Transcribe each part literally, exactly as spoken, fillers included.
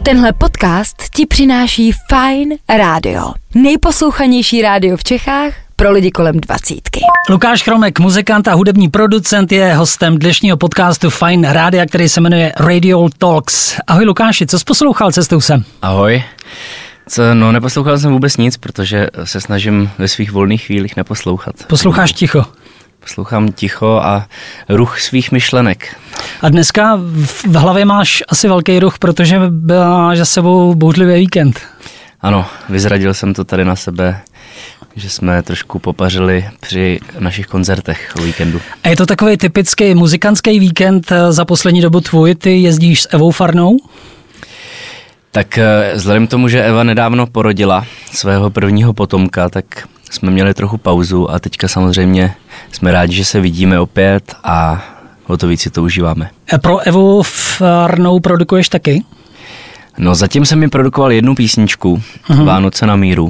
Tenhle podcast ti přináší Fajn rádio. Nejposlouchanější rádio v Čechách pro lidi kolem dvacítky. Lukáš Chromek, muzikant a hudební producent, je hostem dnešního podcastu Fajn rádia, který se jmenuje Radio Talks. Ahoj Lukáši, co jsi poslouchal cestou sem? Ahoj. Co, no neposlouchal jsem vůbec nic, protože se snažím ve svých volných chvílích neposlouchat. Posloucháš ticho? Poslouchám ticho a ruch svých myšlenek. A dneska v hlavě máš asi velký ruch, protože máš za sebou bouřlivý víkend. Ano, vyzradil jsem to tady na sebe, že jsme trošku popařili při našich koncertech o víkendu. A je to takový typický muzikantský víkend za poslední dobu tvůj, ty jezdíš s Evou Farnou? Tak vzhledem k tomu, že Eva nedávno porodila svého prvního potomka, tak jsme měli trochu pauzu a teďka samozřejmě jsme rádi, že se vidíme opět a o to víc si to užíváme. A pro Evu Farnou produkuješ taky? No zatím jsem mi produkoval jednu písničku, uh-huh. Vánoce na míru.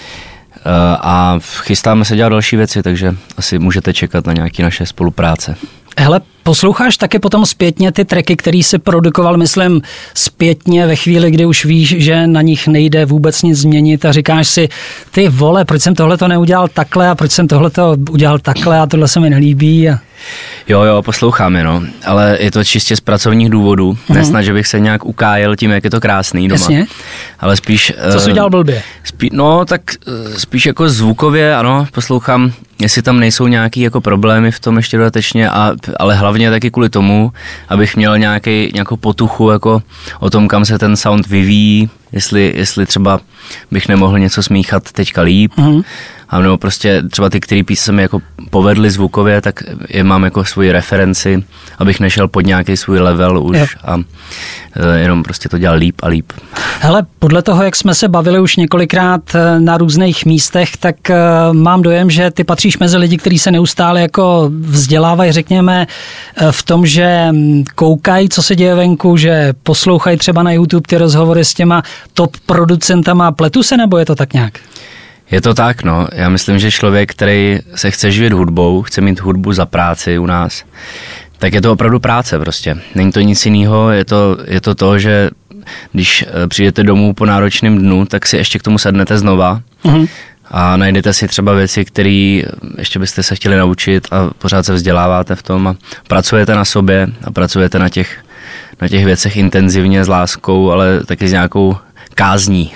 A chystáme se dělat další věci, takže asi můžete čekat na nějaké naše spolupráce. Hele, posloucháš taky potom zpětně ty tracky, který jsi produkoval, myslím, zpětně ve chvíli, kdy už víš, že na nich nejde vůbec nic změnit a říkáš si, ty vole, proč jsem tohleto neudělal takhle a proč jsem tohleto udělal takhle a tohle se mi nelíbí. A... Jo, jo, posloucháme, no, ale je to čistě z pracovních důvodů. Mm-hmm. Nesnad, že bych se nějak ukájel tím, jak je to krásný doma. Jasně. Ale spíš... Co jsi udělal blbě? Spí, no, tak spíš jako zvukově, ano, poslouchám, jestli tam nejsou nějaký jako problémy v tom ještě dodatečně, a, ale hlavně taky kvůli tomu, abych měl nějaký, nějakou potuchu jako o tom, kam se ten sound vyvíjí, jestli, jestli třeba bych nemohl něco smíchat teďka líp. Mm-hmm. A nebo prostě třeba ty, který písně se mi jako povedly zvukově, tak je mám jako svoji referenci, abych nešel pod nějaký svůj level už jo. a e, jenom prostě to dělal líp a líp. Hele, podle toho, jak jsme se bavili už několikrát na různých místech, tak e, mám dojem, že ty patříš mezi lidi, kteří se neustále jako vzdělávají, řekněme, e, v tom, že koukají, co se děje venku, že poslouchají třeba na YouTube ty rozhovory s těma top producentama. Pletu se, nebo je to tak nějak? Je to tak, no. Já myslím, že člověk, který se chce živit hudbou, chce mít hudbu za práci u nás, tak je to opravdu práce prostě. Není to nic jiného, je to, je to to, že když přijdete domů po náročném dnu, tak si ještě k tomu sednete znova mm-hmm. a najdete si třeba věci, které ještě byste se chtěli naučit a pořád se vzděláváte v tom a pracujete na sobě a pracujete na těch, na těch věcech intenzivně s láskou, ale taky s nějakou kázní.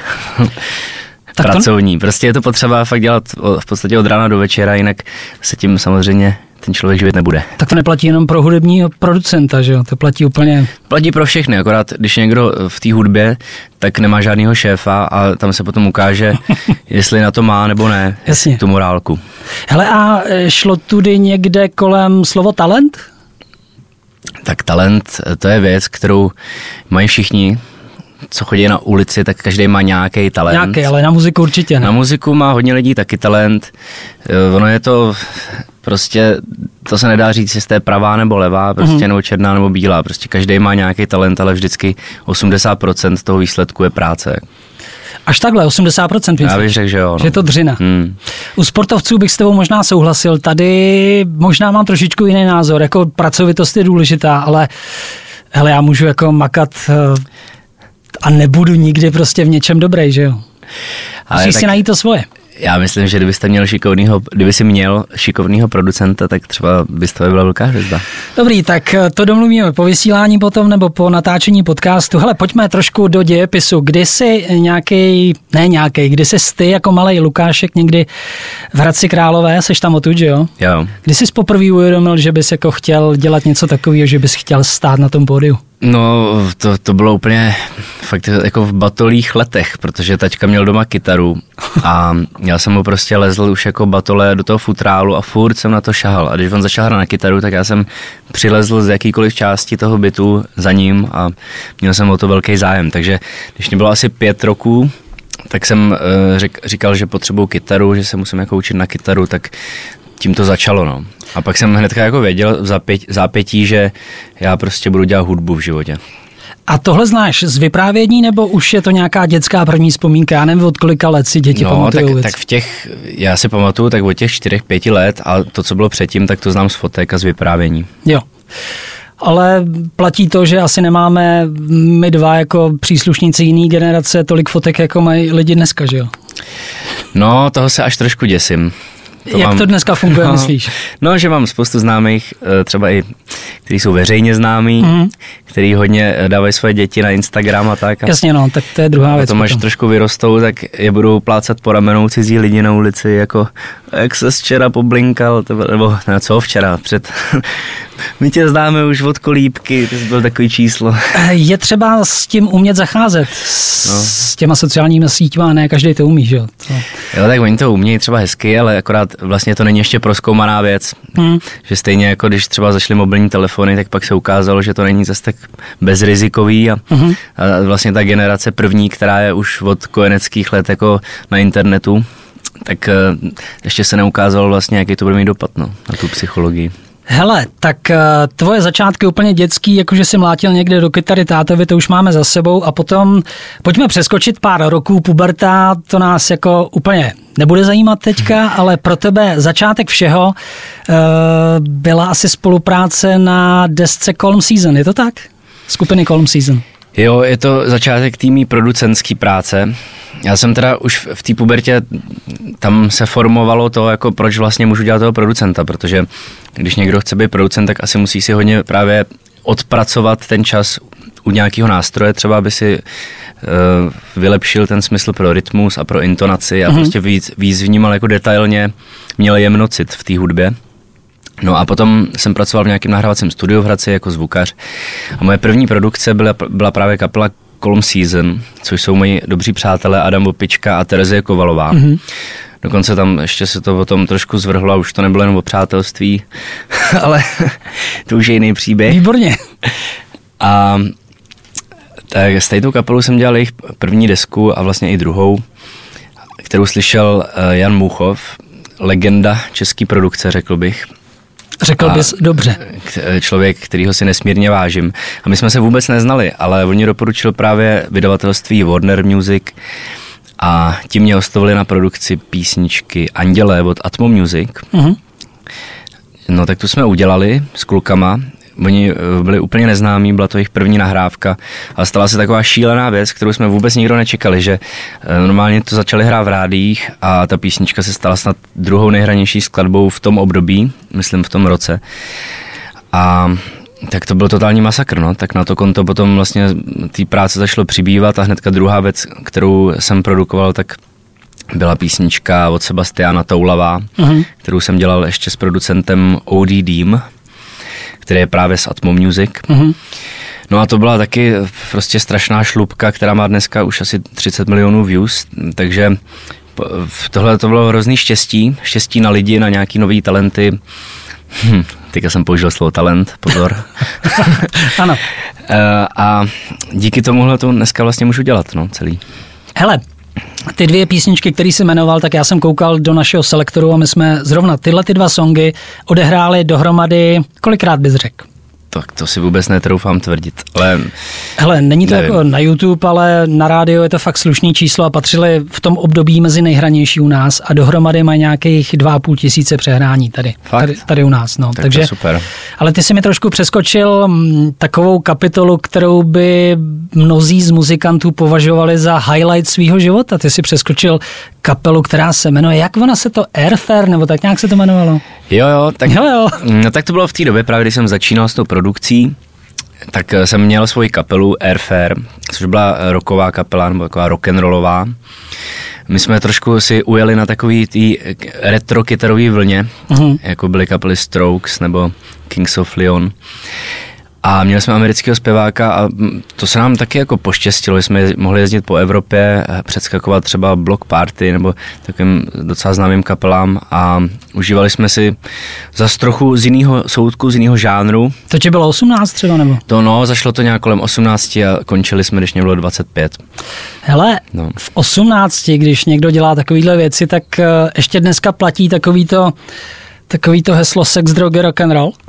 Tak pracovní. To... Prostě je to potřeba fakt dělat v podstatě od rána do večera, jinak se tím samozřejmě ten člověk živit nebude. Tak to neplatí jenom pro hudebního producenta, že jo? To platí úplně... Platí pro všechny, akorát když někdo v té hudbě, tak nemá žádnýho šéfa a tam se potom ukáže, jestli na to má nebo ne. Jasně. Tu morálku. Hele, a šlo tudy někde kolem slovo talent? Tak talent, to je věc, kterou mají všichni, co chodí na ulici, tak každý má nějaký talent. Nějaký, ale na muziku určitě ne. Na muziku má hodně lidí taky talent. Ono je to prostě, to se nedá říct, jestli je pravá nebo levá, prostě mm-hmm. nebo černá nebo bílá. Prostě každý má nějaký talent, ale vždycky osmdesát procent toho výsledku je práce. Až takhle, osmdesát procent Já bych řekl, že jo. No. Že je to dřina. Hmm. U sportovců bych s tebou možná souhlasil. Tady možná mám trošičku jiný názor. Jako pracovitost je důležitá, ale hele, já můžu jako makat a nebudu nikdy prostě v něčem dobrý, že jo? Musíš si najít to svoje. Já myslím, že kdybyste měl šikovnýho, kdyby si měl šikovného producenta, tak třeba byste byla velká hvězda. Dobrý, tak to domluvíme po vysílání potom nebo po natáčení podcastu. Hele, pojďme trošku do dějepisu. Kdy jsi nějaký, ne nějaký, kdy jsi ty jako malej Lukášek někdy v Hradci Králové, seš tam odtud, že jo? Jo. Kdy jsi poprvé uvědomil, že bys jako chtěl dělat něco takového, že bys chtěl stát na tom pódiu? No, to, to bylo úplně fakt jako v batolích letech, protože taťka měl doma kytaru a já jsem mu prostě lezl už jako batole do toho futrálu a furt jsem na to šahal. A když on začal hrát na kytaru, tak já jsem přilezl z jakýkoliv části toho bytu za ním a měl jsem o to velký zájem. Takže když mě bylo asi pět roků, tak jsem řek, říkal, že potřebuju kytaru, že se musím jako učit na kytaru, tak tím to začalo, no. A pak jsem hnedka jako věděl v zápětí, zápětí, že já prostě budu dělat hudbu v životě. A tohle znáš z vyprávění, nebo už je to nějaká dětská první vzpomínka? Já nevím, od kolika let si děti no, pamatujou tak, tak v těch, já si pamatuju tak od těch čtyřech, pěti let a to, co bylo předtím, tak to znám z fotek a z vyprávění. Jo. ale platí to, že asi nemáme my dva jako příslušníci jiný generace tolik fotek, jako mají lidi dneska, že jo? No, toho se až trošku děsím. To Jak mám, to dneska funguje, no, myslíš? No, že mám spoustu známých, třeba i, kteří jsou veřejně známí, mm. kteří hodně dávají svoje děti na Instagram a tak. A jasně, no, tak to je druhá věc. A potom, až trošku vyrostou, tak je budou plácat po ramenou cizí lidi na ulici, jako jak se včera poblinkal, nebo ne, co včera, před... My tě známe už od kolíbky, to byl takový číslo. Je třeba s tím umět zacházet, s, no. s těma sociálními síťma, ne každý to umí, že jo? To... Jo, tak oni to umějí třeba hezky, ale akorát vlastně to není ještě prozkoumaná věc. Hmm. Že stejně jako když třeba zašly mobilní telefony, tak pak se ukázalo, že to není zase tak bezrizikový a, hmm. a vlastně ta generace první, která je už od kojeneckých let jako na internetu, tak ještě se neukázalo vlastně, jaký to bude mít dopad, no, na tu psychologii. Hele, tak tvoje začátky úplně dětský, jakože jsi mlátil někde do kytary tátovi, to už máme za sebou a potom pojďme přeskočit pár roků, puberta, to nás jako úplně nebude zajímat teďka, ale pro tebe začátek všeho byla asi spolupráce na desce Calm Season, je to tak? Skupiny Calm Season. Jo, je to začátek té mý producentský práce. Já jsem teda už v té pubertě, tam se formovalo to, jako proč vlastně můžu dělat toho producenta, protože když někdo chce být producent, tak asi musí si hodně právě odpracovat ten čas u nějakého nástroje, třeba aby si uh, vylepšil ten smysl pro rytmus a pro intonaci a mm-hmm. prostě víc, víc vnímal jako detailně, měl jemnocit v té hudbě. No a potom jsem pracoval v nějakém nahrávacím studiu v Hradci jako zvukař a moje první produkce byla, byla právě kapela Calm Season, což jsou moji dobří přátelé Adam Opička a Terezie Kovalová. Mm-hmm. Dokonce tam ještě se to potom trošku zvrhlo a už to nebylo jen o přátelství, ale to už je jiný příběh. Výborně. A tak s této kapelou jsem dělal jejich první desku a vlastně i druhou, kterou slyšel Jan Muchov, legenda české produkce, řekl bych. Řekl bys dobře. Člověk, kterýho si nesmírně vážím. A my jsme se vůbec neznali, ale oni doporučil právě vydavatelství Warner Music a ti mě oslovili na produkci písničky Andělé od Atmo Music. Uh-huh. No tak tu jsme udělali s klukama. Oni byli úplně neznámí, byla to jejich první nahrávka, ale stala se taková šílená věc, kterou jsme vůbec nikdo nečekali, že normálně to začali hrát v rádiích a ta písnička se stala snad druhou nejhranější skladbou v tom období, myslím v tom roce. A tak to byl totální masakr, no. Tak na to konto potom vlastně té práce začalo přibývat a hnedka druhá věc, kterou jsem produkoval, tak byla písnička od Sebastiana Toulavá, uh-huh. kterou jsem dělal ještě s producentem O D Deem, který je právě z Atmo Music. Mm-hmm. No a to byla taky prostě strašná šlupka, která má dneska už asi třicet milionů views, takže tohle to bylo hrozný štěstí, štěstí na lidi, na nějaký nový talenty. Hm, teďka jsem použil slovo talent, pozor. Ano. A díky tomuhle to dneska vlastně můžu dělat, no, celý. Hele, ty dvě písničky, které jsi jmenoval, tak já jsem koukal do našeho selektoru a my jsme zrovna tyhle ty dva songy odehráli dohromady, kolikrát bys řekl? Tak to si vůbec netroufám tvrdit, ale... Hele, není to nevím. Jako na YouTube, ale na rádiu je to fakt slušný číslo a patřili v tom období mezi nejhranější u nás a dohromady mají nějakých dva a půl tisíce přehrání tady, tady, tady u nás. No. Tak takže, to super. Ale ty si mi trošku přeskočil m, takovou kapitolu, kterou by mnozí z muzikantů považovali za highlight svýho života. Ty si přeskočil kapelu, která se jmenuje, jak ona se to, Airfare, nebo tak nějak se to jmenovalo? Jo, jo, tak, jo, jo. No, tak to bylo v té době, právě když jsem začínal s tou produkcí, tak jsem měl svoji kapelu Airfare, což byla rocková kapela, nebo taková rock'n'rollová. My jsme trošku si ujeli na takový tý retro kytarový vlně, uh-huh. jako byly kapely Strokes nebo Kings of Leon. A měli jsme amerického zpěváka a to se nám taky jako poštěstilo, že jsme mohli jezdit po Evropě, předskakovat třeba Block Party nebo takovým docela známým kapelám a užívali jsme si zas trochu z jiného soudku, z jiného žánru. To ti bylo osmnáct třeba nebo? To no, zašlo to nějak kolem osmnácti a končili jsme, když mě bylo dvacet pět. Hele, no. V osmnácti, když někdo dělá takovýhle věci, tak ještě dneska platí takovýto, takovýto heslo sex, drogy, rock and roll?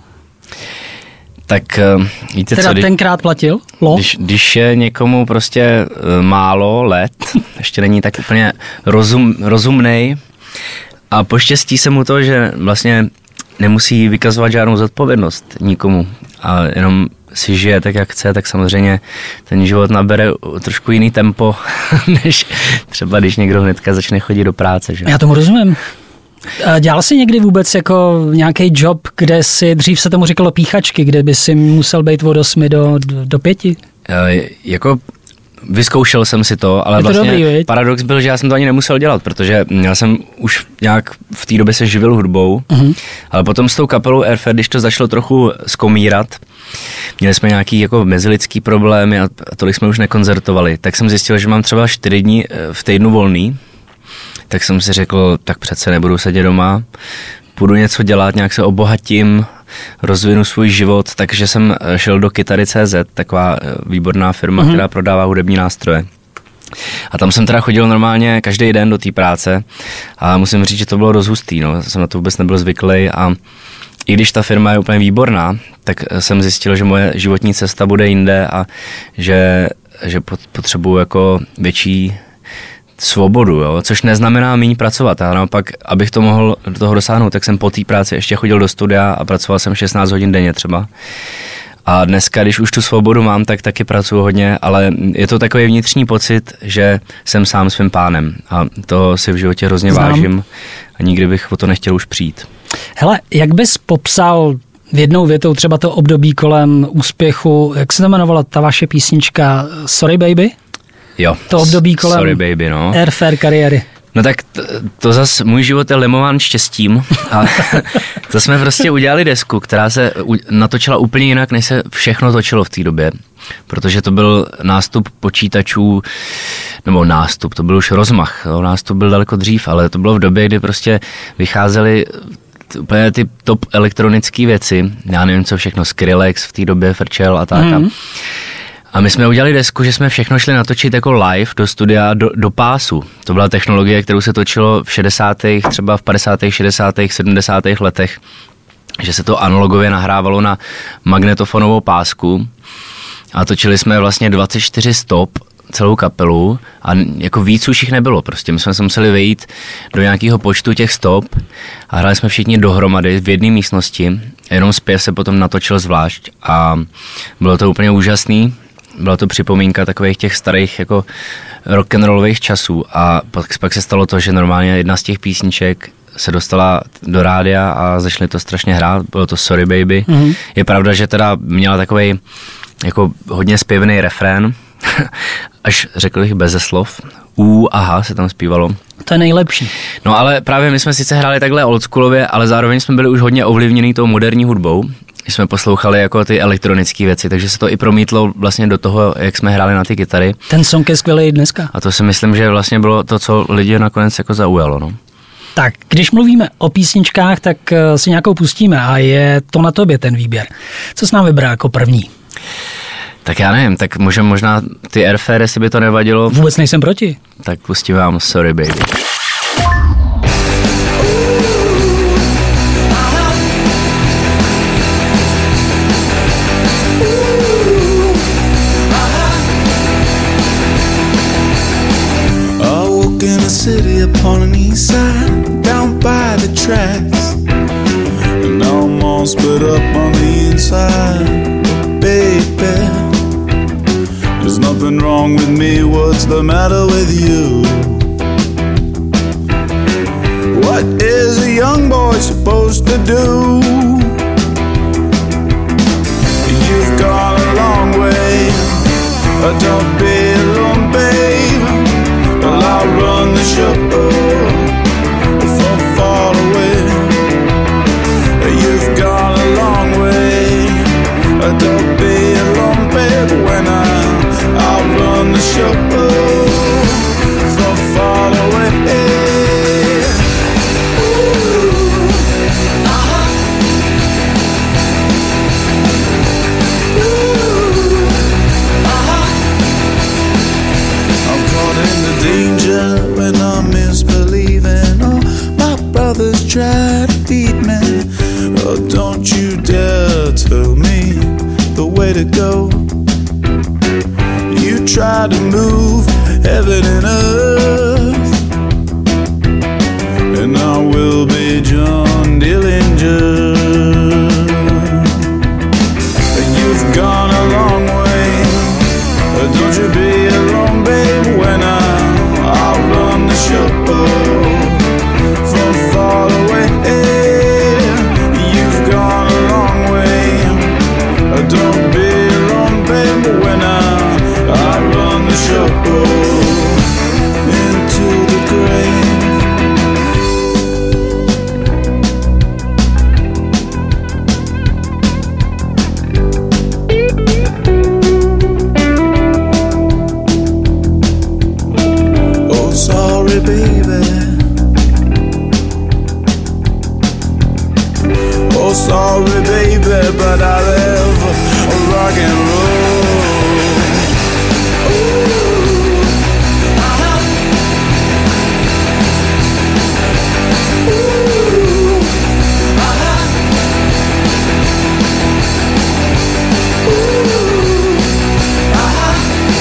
Tak víte teda co, když, tenkrát platil? Lo? Když, když je někomu prostě málo let, ještě není tak úplně rozum, rozumnej a poštěstí se mu to, že vlastně nemusí vykazovat žádnou zodpovědnost nikomu a jenom si žije tak, jak chce, tak samozřejmě ten život nabere trošku jiný tempo, než třeba když někdo hnedka začne chodit do práce. Že? Já tomu rozumím. Dělal jsi někdy vůbec jako nějaký job, kde si, dřív se tomu říkalo píchačky, kde by si musel být od osmi do, do pěti? E, jako vyzkoušel jsem si to, ale to vlastně dobrý, paradox byl, že já jsem to ani nemusel dělat, protože já jsem už nějak v té době se živil hudbou, uh-huh. ale potom s tou kapelou Airfare, když to začalo trochu skomírat, měli jsme nějaký jako mezilidský problémy a tolik jsme už nekoncertovali, tak jsem zjistil, že mám třeba čtyři dní v týdnu volný, tak jsem si řekl, tak přece nebudu sedět doma, půjdu něco dělat, nějak se obohatím, rozvinu svůj život, takže jsem šel do Kytary tečka cé zet, taková výborná firma, mm-hmm. která prodává hudební nástroje. A tam jsem teda chodil normálně každý den do té práce a musím říct, že to bylo dost hustý, no. Jsem na to vůbec nebyl zvyklý a i když ta firma je úplně výborná, tak jsem zjistil, že moje životní cesta bude jinde a že, že potřebuju jako větší svobodu, jo? Což neznamená méně pracovat. A naopak, abych to mohl do toho dosáhnout, tak jsem po té práci ještě chodil do studia a pracoval jsem šestnáct hodin denně třeba. A dneska, když už tu svobodu mám, tak taky pracuji hodně, ale je to takový vnitřní pocit, že jsem sám svým pánem a to si v životě hrozně Znám. vážím a nikdy bych o to nechtěl už přijít. Hele, jak bys popsal v jednou větou třeba to období kolem úspěchu, jak se to jmenovala ta vaše písnička Sorry Baby? Jo, to období kolem Sorry Baby, no. Airfare kariéry. No tak to, to zas, můj život je limován štěstím a to jsme prostě udělali desku, která se natočila úplně jinak, než se všechno točilo v té době, protože to byl nástup počítačů, nebo nástup, to byl už rozmach, jo, nástup byl daleko dřív, ale to bylo v době, kdy prostě vycházely úplně ty top elektronické věci, já nevím co všechno, Skrillex v té době frčel a tak. Mm. A my jsme udělali desku, že jsme všechno šli natočit jako live do studia, do, do pásu. To byla technologie, kterou se točilo v šedesátých, třeba v padesátých, šedesátých, sedmdesátých letech, že se to analogově nahrávalo na magnetofonovou pásku a točili jsme vlastně dvacet čtyři stop celou kapelu a jako víc už jich nebylo. Prostě my jsme se museli vejít do nějakého počtu těch stop a hráli jsme všichni dohromady v jedné místnosti, jenom zpěv se potom natočil zvlášť a bylo to úplně úžasný. Byla to připomínka takových těch starých jako rock'n'rollových časů a pak, pak se stalo to, že normálně jedna z těch písniček se dostala do rádia a začali to strašně hrát, bylo to Sorry Baby. Mm-hmm. Je pravda, že teda měla takovej jako hodně zpěvný refrén, až řekl bych beze slov. U, aha, se tam zpívalo. To je nejlepší. No ale právě my jsme sice hráli takhle oldschoolově, ale zároveň jsme byli už hodně ovlivněni tou moderní hudbou. Jsme poslouchali jako ty elektronické věci, takže se to i promítlo vlastně do toho, jak jsme hráli na ty kytary. Ten song je skvělý dneska. A to si myslím, že vlastně bylo to, co lidi nakonec jako zaujalo, no. Tak, když mluvíme o písničkách, tak si nějakou pustíme a je to na tobě ten výběr. Co jsi nám vybral jako první? Tak já nevím, tak můžeme možná ty Airfare, jestli by to nevadilo. Vůbec nejsem proti. Tak pustím vám Sorry Baby. City upon an east side, down by the tracks, and now I'm all split up on the inside. Baby, there's nothing wrong with me, what's the matter with you? What is a young boy supposed to do? You've gone a long way, don't be alone, babe. Well, I'll run the show from far away. You've gone a long way. Don't be alone, baby. When I, I'll run the show from far away. Ooh, uh-huh. Ooh, uh-huh. I'm caught in the danger when I'm misbelieving. Oh, my brothers try to feed me. Oh, don't you dare tell me the way to go. You try to move heaven and earth, and I will be John Dillinger. You've gone a long way. Don't you be alone, babe, when I, I'll run the show from far away. You've gone a long way. Don't be alone, babe, when I, I'll run the show into the grave. Sorry, baby. Oh, sorry, baby, but I live rock and roll. Ooh, uh-huh. Ooh, uh-huh. Ooh, uh-huh.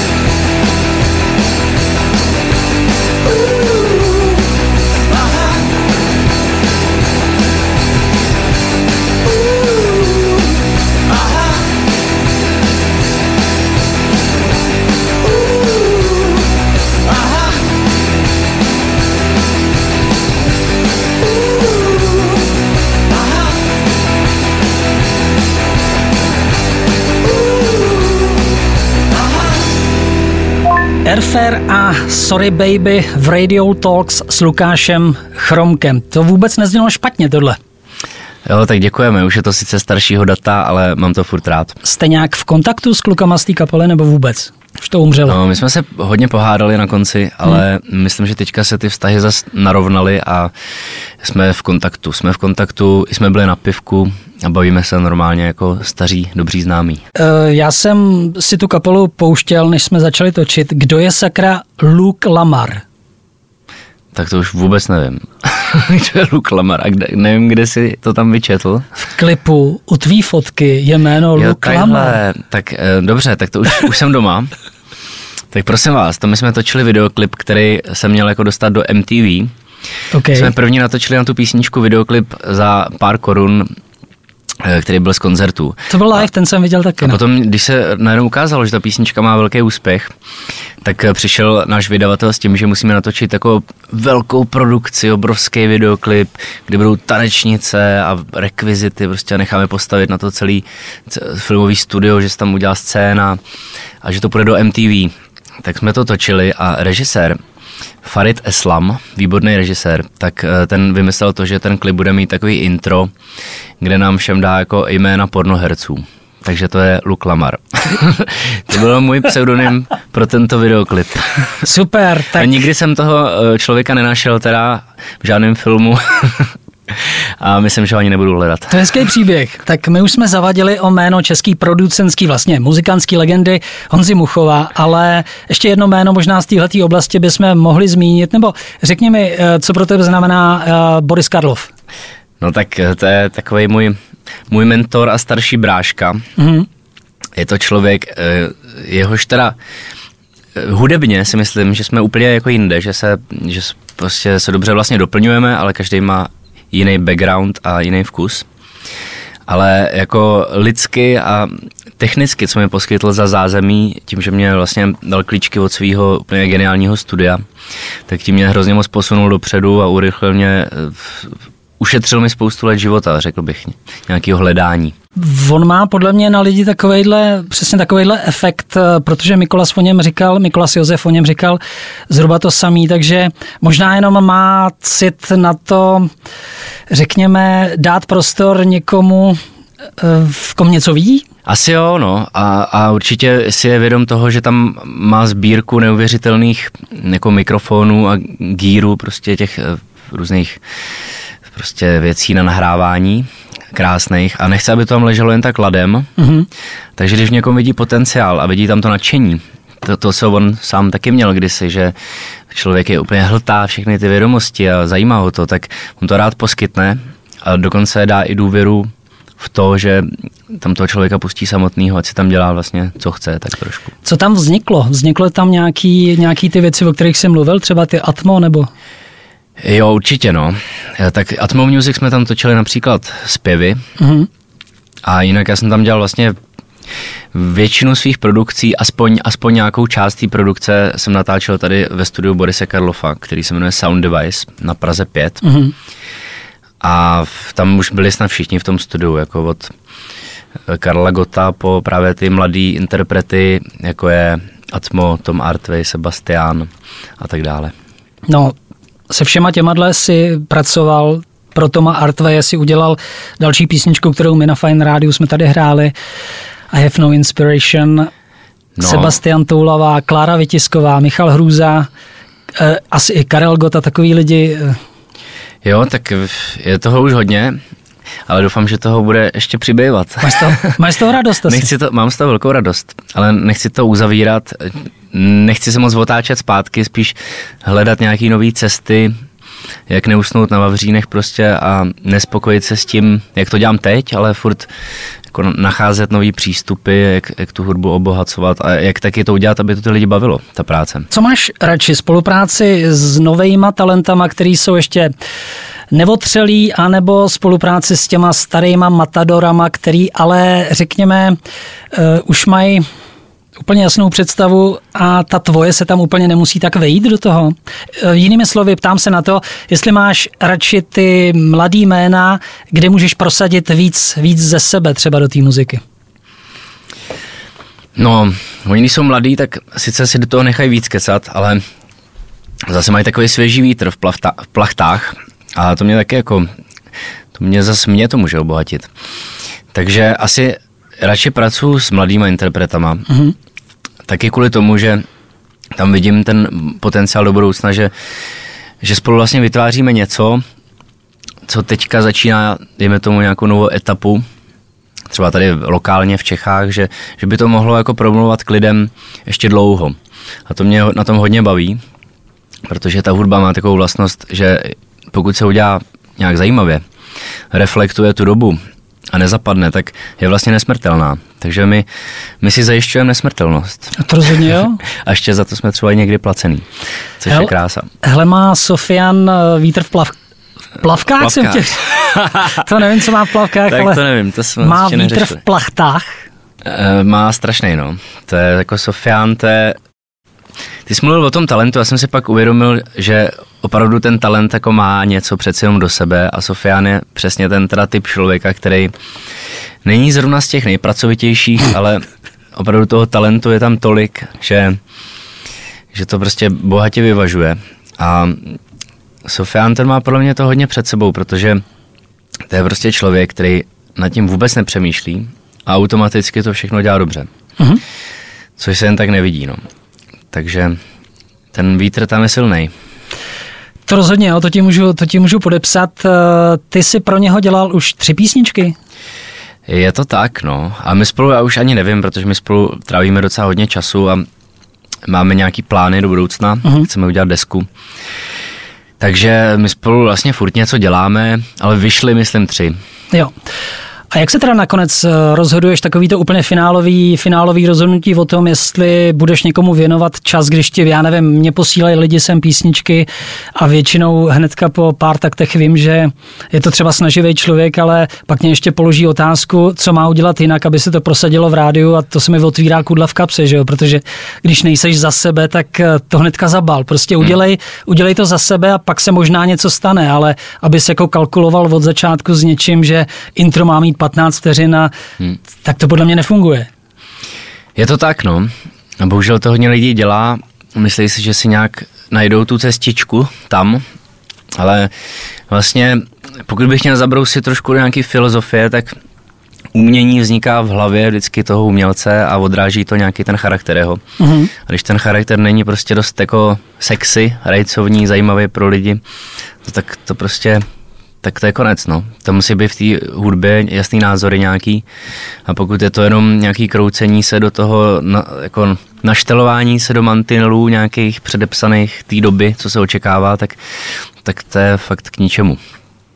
Airfare a Sorry Baby v Radio Talks s Lukášem Chromkem. To vůbec neznělo špatně tohle. Jo, tak děkujeme. Už je to sice staršího data, ale mám to furt rád. Jste nějak v kontaktu s klukama z té kapely nebo vůbec? Už to umřelo. No, my jsme se hodně pohádali na konci, ale hmm. myslím, že teďka se ty vztahy zase narovnaly a jsme v kontaktu. Jsme v kontaktu, jsme byli na pivku a bavíme se normálně jako staří, dobří známí. Já jsem si tu kapelu pouštěl, než jsme začali točit. Kdo je sakra Luke Lamar? Tak to už vůbec nevím. Kdo je Luke Lamar? A kde, nevím, kde jsi to tam vyčetl. V klipu u tvý fotky je jméno jo, Luke Lamar. Tak dobře, tak to už, už jsem doma. Tak prosím vás, to my jsme točili videoklip, který jsem měl jako dostat do M T V. Okay. Jsme první natočili na tu písničku videoklip za pár korun, který byl z koncertů. To byl live, a, ten jsem viděl taky. A no. Potom, když se najednou ukázalo, že ta písnička má velký úspěch, tak přišel náš vydavatel s tím, že musíme natočit jako velkou produkci, obrovský videoklip, kde budou tanečnice a rekvizity, prostě necháme postavit na to celý filmový studio, že se tam udělá scéna a že to půjde do M T V. Tak jsme to točili a režisér Farid Eslam, výborný režisér, tak ten vymyslel to, že ten klip bude mít takový intro, kde nám všem dá jako jména pornoherců. Takže to je Luke Lamar. To byl můj pseudonym pro tento videoklip. Super. Tak... A nikdy jsem toho člověka nenašel teda v žádném filmu. A myslím, že ho ani nebudu hledat. To je hezký příběh. Tak my už jsme zavadili o jméno český producentský, vlastně muzikantský legendy Honzy Muchova, ale ještě jedno jméno možná z téhletý oblasti bychom mohli zmínit, nebo řekni mi, co pro tebe znamená Boris Karloff. No tak to je takovej můj, můj mentor a starší bráška. Mm-hmm. Je to člověk, jehož teda hudebně si myslím, že jsme úplně jako jinde, že se, že prostě se dobře vlastně doplňujeme, ale každý má jiný background a jiný vkus. Ale jako lidsky a technicky, co mi poskytl za zázemí, tím, že mě vlastně dal klíčky od svého úplně geniálního studia, tak tím mě hrozně moc posunul dopředu a urychlil mě, ušetřil mi spoustu let života, řekl bych, nějakého hledání. On má podle mě na lidi takovejhle, přesně takovejhle efekt, protože Mikolas o něm říkal, Mikolas Josef o něm říkal zhruba to samý, takže možná jenom má cit na to, řekněme, dát prostor někomu, v kom něco ví? Asi jo, no. A, a určitě si je vědom toho, že tam má sbírku neuvěřitelných jako mikrofonů a gíru, prostě těch různých prostě věcí na nahrávání krásných a nechce, aby to tam leželo jen tak ladem. Mm-hmm. Takže když v někom vidí potenciál a vidí tam to nadšení, to, to, co on sám taky měl kdysi, že člověk je úplně hltá všechny ty vědomosti a zajímá ho to, tak on to rád poskytne a dokonce dá i důvěru v to, že tam toho člověka pustí samotného, ať si tam dělá vlastně, co chce, tak trošku. Co tam vzniklo? Vzniklo tam nějaký, nějaký ty věci, o kterých jsi mluvil, třeba ty Atmo, nebo... Jo, určitě, no. Tak Atmo Music jsme tam točili například zpěvy. Mm-hmm. A jinak já jsem tam dělal vlastně Většinu svých produkcí, aspoň, aspoň nějakou část té produkce jsem natáčel tady ve studiu Borise Karlofa, který se jmenuje Sound Device na Praze pět. Mm-hmm. A tam už byli snad všichni v tom studiu, jako od Karla Gotta po právě ty mladý interprety, jako je Atmo, Tom Artway, Sebastian a tak dále. No, se všema těma si pracoval, pro Toma Artwaye si udělal další písničku, kterou my na Fine Rádiu jsme tady hráli, I Have No Inspiration, no. Sebastian Toulavá, Klára Vytisková, Michal Hrůza, eh, asi i Karel Gott a takový lidi. Jo, tak je toho už hodně, ale doufám, že toho bude ještě přibývat. Máš z toho, máš z toho radost asi? Nechci to, mám z toho velkou radost, ale nechci to uzavírat, nechci se moc otáčet zpátky, spíš hledat nějaký nový cesty, jak neusnout na vavřínech prostě a nespokojit se s tím, jak to dělám teď, ale furt jako nacházet nový přístupy, jak, jak tu hudbu obohacovat a jak taky to udělat, aby to ty lidi bavilo, ta práce. Co máš radši, spolupráci s novejma talentama, který jsou ještě neotřelí, anebo spolupráci s těma starýma matadorama, který ale, řekněme, uh, už mají úplně jasnou představu a ta tvoje se tam úplně nemusí tak vejít do toho. Jinými slovy, ptám se na to, jestli máš radši ty mladý jména, kde můžeš prosadit víc, víc ze sebe třeba do té muziky. No, oni když jsou mladí, tak sice si do toho nechají víc kecat, ale zase mají takový svěží vítr v, plachta, v plachtách a to mě taky jako, to mě zase mě to může obohatit. Takže asi radši pracuji s mladýma interpretama. Mm-hmm. Taky kvůli tomu, že tam vidím ten potenciál do budoucna, že, že spolu vlastně vytváříme něco, co teďka začíná, dejme tomu nějakou novou etapu, třeba tady lokálně v Čechách, že, že by to mohlo jako promluvat k lidem ještě dlouho. A to mě na tom hodně baví, protože ta hudba má takovou vlastnost, že pokud se udělá nějak zajímavě, reflektuje tu dobu, a nezapadne, tak je vlastně nesmrtelná. Takže my, my si zajišťujeme nesmrtelnost. A to rozhodně jo. A ještě za to jsme třeba někdy placený, což Hel, je krása. Hele, má Sofian vítr v plav, plavkách? Plavkách. Jsem tě... to nevím, co má v plavkách, tak ale to nevím, to jsme má ještě vítr neřešili. v plachtách? E, má strašnej, no. To je jako Sofian, to je... Ty jsi mluvil o tom talentu, já jsem si pak uvědomil, že opravdu ten talent jako má něco přeci jenom do sebe a Sofian je přesně ten teda typ člověka, který není zrovna z těch nejpracovitějších, ale opravdu toho talentu je tam tolik, že, že to prostě bohatě vyvažuje. A Sofian ten má podle mě to hodně před sebou, protože to je prostě člověk, který nad tím vůbec nepřemýšlí a automaticky to všechno dělá dobře. Mm-hmm. Což se jen tak nevidí, no. Takže ten vítr tam je silnej. To rozhodně, jo, to ti můžu, to ti můžu podepsat. Ty jsi pro něho dělal už tři písničky? Je to tak, no. A my spolu, já už ani nevím, protože my spolu trávíme docela hodně času a máme nějaký plány do budoucna. Uh-huh. Chceme udělat desku. Takže my spolu vlastně furt něco děláme, ale vyšly, myslím, tři. Jo. A jak se teda nakonec rozhoduješ, takový to úplně finálový, finálový rozhodnutí o tom, jestli budeš někomu věnovat čas, když ti, já nevím, mě posílají lidi sem písničky a většinou hnedka po pár taktech vím, že je to třeba snaživý člověk, ale pak mě ještě položí otázku, co má udělat jinak, aby se to prosadilo v rádiu a to se mi otvírá kudla v kapse, že jo, protože když nejseš za sebe, tak to hnedka zabal. Prostě udělej, udělej to za sebe a pak se možná něco stane, ale aby se jako kalkuloval od začátku s něčím, že intro má mít patnáct vteřin a hmm. tak to podle mě nefunguje. Je to tak, no. A bohužel to hodně lidí dělá. Myslí si, že si nějak najdou tu cestičku tam, ale vlastně pokud bych měl zabrousit trošku do nějaký filozofie, tak umění vzniká v hlavě vždycky toho umělce a odráží to nějaký ten charakter jeho. Mm-hmm. A když ten charakter není prostě dost jako sexy, rajcovní, zajímavý pro lidi, tak to prostě... tak to je konec, no. To musí být v té hudbě jasný názory nějaký a pokud je to jenom nějaký kroucení se do toho, na, jako naštelování se do mantinelů nějakých předepsaných té doby, co se očekává, tak, tak to je fakt k ničemu.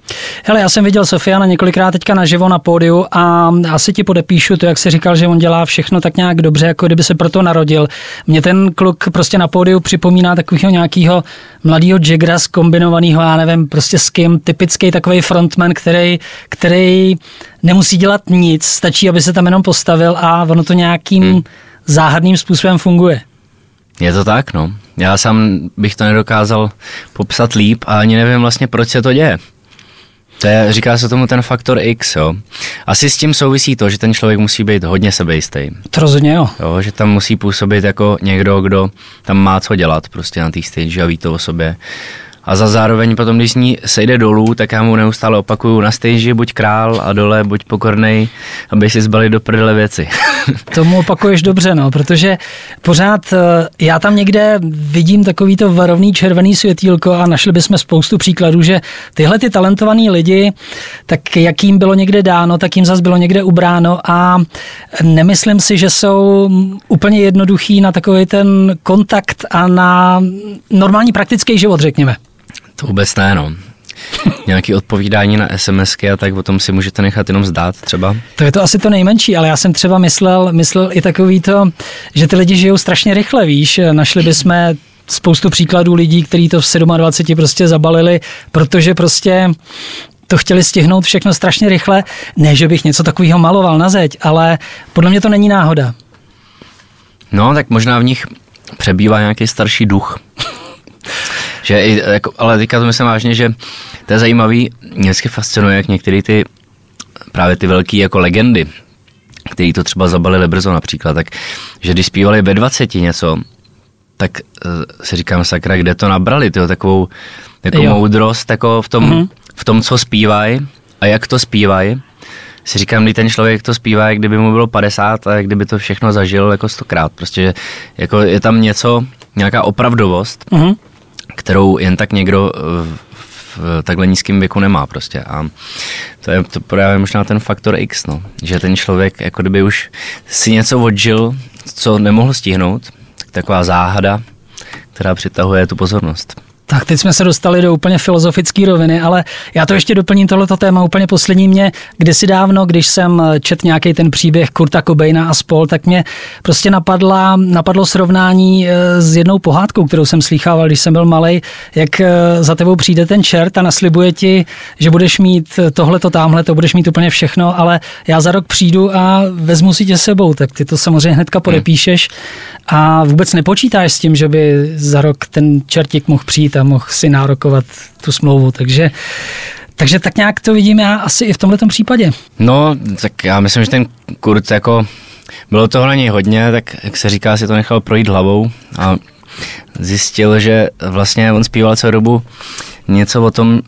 Hele, já jsem viděl Sofiana několikrát teďka naživo na pódiu a asi ti podepíšu to, jak jsi říkal, že on dělá všechno tak nějak dobře, jako kdyby se proto narodil. Mě ten kluk prostě na pódiu připomíná takového nějakého mladého Jaggera zkombinovaného, já nevím, prostě s kým, typický takový frontman, který, který nemusí dělat nic, stačí, aby se tam jenom postavil a ono to nějakým hmm. záhadným způsobem funguje. Je to tak, no. Já sám bych to nedokázal popsat líp a ani nevím vlastně, proč se to děje. To je, říká se tomu ten faktor X, jo. Asi s tím souvisí to, že ten člověk musí být hodně sebejistý. To rozhodně jo. jo. Že tam musí působit jako někdo, kdo tam má co dělat prostě na té stage a ví to o sobě. A za zároveň potom, když s ní sejde dolů, tak já mu neustále opakuju na stage buď král a dole buď pokornej, aby si zbali do prdele věci. Tomu opakuješ dobře, no, protože pořád já tam někde vidím takovýto varovný červený světýlko a našli bychom spoustu příkladů, že tyhle ty talentovaný lidi, tak jak jim bylo někde dáno, tak jim zas bylo někde ubráno a nemyslím si, že jsou úplně jednoduchý na takový ten kontakt a na normální praktický život, řekněme. To vůbec ne, no. Nějaké odpovídání na SMSky a tak o tom si můžete nechat jenom zdát třeba. To je to asi to nejmenší, ale já jsem třeba myslel, myslel i takový to, že ty lidi žijou strašně rychle, víš. Našli bychom spoustu příkladů lidí, kteří to v dvaceti sedmi prostě zabalili, protože prostě to chtěli stihnout všechno strašně rychle. Ne, že bych něco takového maloval na zeď, ale podle mě to není náhoda. No, tak možná v nich přebývá nějaký starší duch. Že i, jako, ale teďka to myslím vážně, že to je zajímavý, mě vždycky fascinuje, jak některé ty, právě ty velký jako legendy, který to třeba zabalili brzo například, tak, že když zpívali ve dvaceti něco, tak uh, si říkám, sakra, kde to nabrali, tyjo, takovou jako moudrost jako v tom, mm-hmm. v tom, co zpívají a jak to zpívají. Si říkám, když ten člověk to zpívá, jak kdyby mu bylo padesát a jak kdyby to všechno zažil jako stokrát. Prostě, že jako je tam něco, nějaká opravdovost, mm-hmm. kterou jen tak někdo v, v takhle nízkém věku nemá prostě. A to je to právě možná ten faktor X, no. Že ten člověk jako kdyby už si něco odžil, co nemohl stihnout, taková záhada, která přitahuje tu pozornost. Tak teď jsme se dostali do úplně filozofické roviny, ale já to ještě doplním tohleto téma úplně poslední mě. Kdysi dávno, když jsem čet nějaký ten příběh Kurta Cobaina a spol, tak mě prostě napadla, napadlo srovnání s jednou pohádkou, kterou jsem slýchával, když jsem byl malej, jak za tebou přijde ten čert a naslibuje ti, že budeš mít tohleto, támhleto, budeš mít úplně všechno, ale já za rok přijdu a vezmu si tě sebou, tak ty to samozřejmě hnedka podepíšeš a vůbec nepočítáš s tím, že by za rok ten čertík mohl přijít a mohl si nárokovat tu smlouvu, takže, takže tak nějak to vidím já asi i v tomhletom případě. No, tak já myslím, že ten Kurt jako, bylo toho na něj hodně, tak jak se říká, si to nechal projít hlavou a zjistil, že vlastně on zpíval celou dobu něco o tom,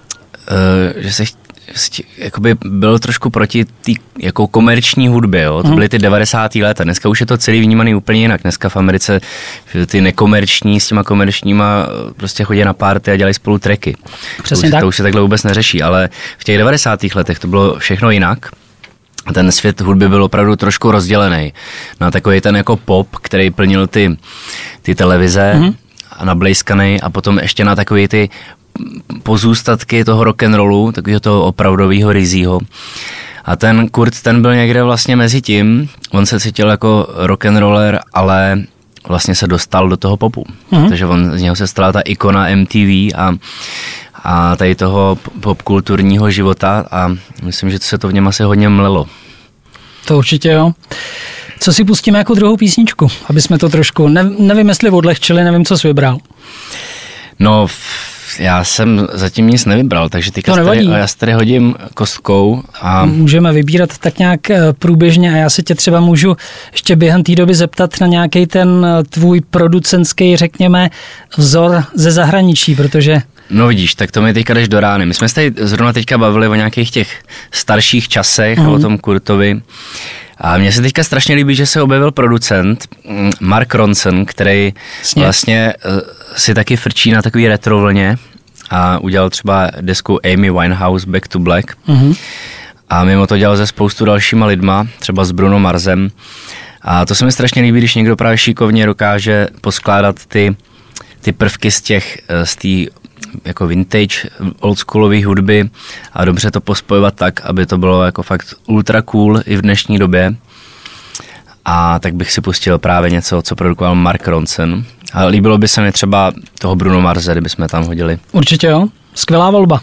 že se jakoby byl trošku proti té jako komerční hudbě, jo? To byly ty devadesátá léta. Dneska už je to celý vnímaný úplně jinak. Dneska v Americe ty nekomerční s těma komerčníma prostě chodí na party a dělají spolu tracky. Přesně to, tak. To už se takhle vůbec neřeší, ale v těch devadesátých letech to bylo všechno jinak. A ten svět hudby byl opravdu trošku rozdělený na takový ten jako pop, který plnil ty, ty televize mm-hmm. a nablejskanej a potom ještě na takový ty pozůstatky toho rock'n'rollu, takového toho opravdového ryzího. A ten Kurt, ten byl někde vlastně mezi tím, on se cítil jako rock'n'roller, ale vlastně se dostal do toho popu. Mm-hmm. Takže on, z něho se stala ta ikona M T V a, a tady toho popkulturního života a myslím, že se to v něm asi hodně mlelo. To určitě jo. Co si pustíme jako druhou písničku, aby jsme to trošku, ne, nevím, jestli odlehčili, nevím, co jsi vybral. No, já jsem zatím nic nevybral, takže teďka tady, já si tady hodím kostkou. A můžeme vybírat tak nějak průběžně a já se tě třeba můžu ještě během té doby zeptat na nějaký ten tvůj producentský, řekněme, vzor ze zahraničí, protože... No vidíš, tak to mi teďka jdeš do rány. My jsme se tady zrovna teďka bavili o nějakých těch starších časech mm. a o tom Kurtovi. A mně se teďka strašně líbí, že se objevil producent Mark Ronson, který Sně. vlastně uh, si taky frčí na takový retro vlně a udělal třeba desku Amy Winehouse Back to Black. Mm-hmm. A mimo to dělal se spoustu dalšíma lidma, třeba s Bruno Marsem. A to se mi strašně líbí, když někdo právě šikovně dokáže poskládat ty, ty prvky z těch, z té jako vintage, oldschoolové hudby a dobře to pospojovat tak, aby to bylo jako fakt ultra cool i v dnešní době. A tak bych si pustil právě něco, co produkoval Mark Ronson. A líbilo by se mi třeba toho Bruno Marse, kdybychom tam hodili. Určitě jo, skvělá volba.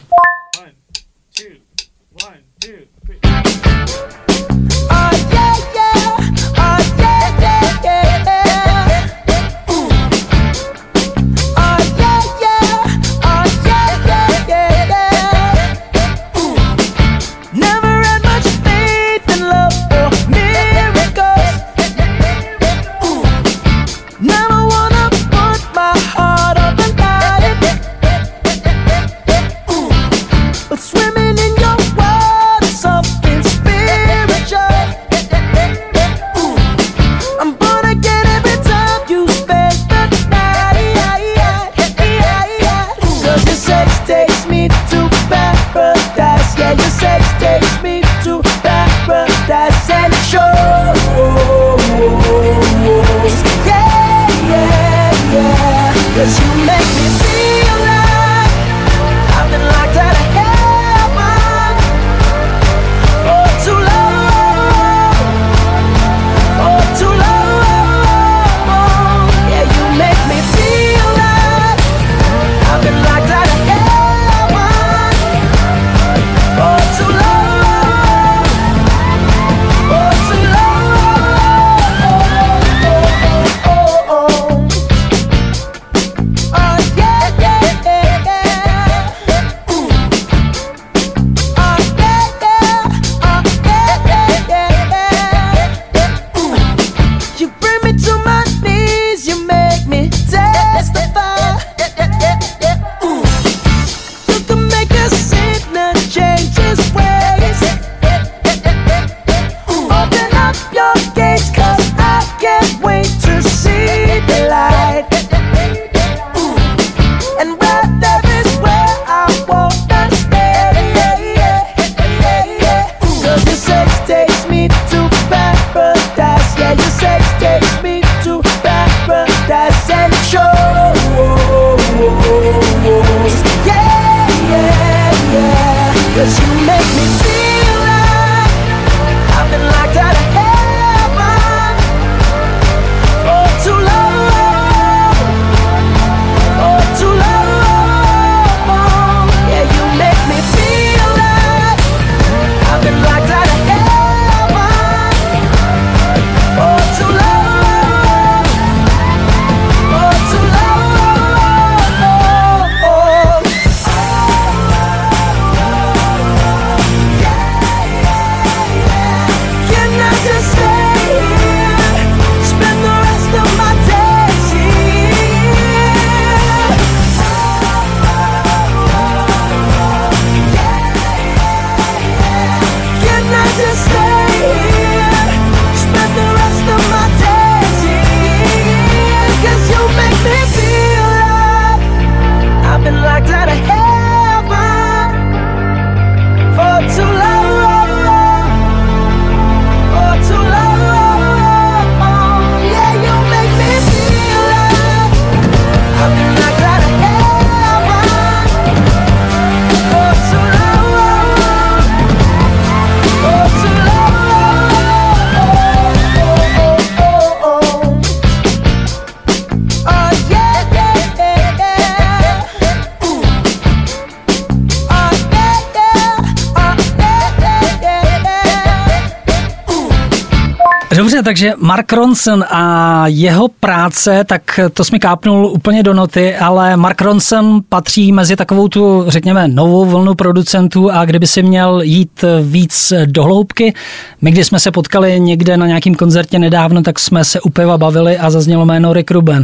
Dobře, takže Mark Ronson a jeho práce, tak to jsi mi kápnul úplně do noty, ale Mark Ronson patří mezi takovou tu, řekněme, novou vlnu producentů a kdyby si měl jít víc do hloubky, my když jsme se potkali někde na nějakém koncertě nedávno, tak jsme se u piva bavili a zaznělo jméno Rick Rubin.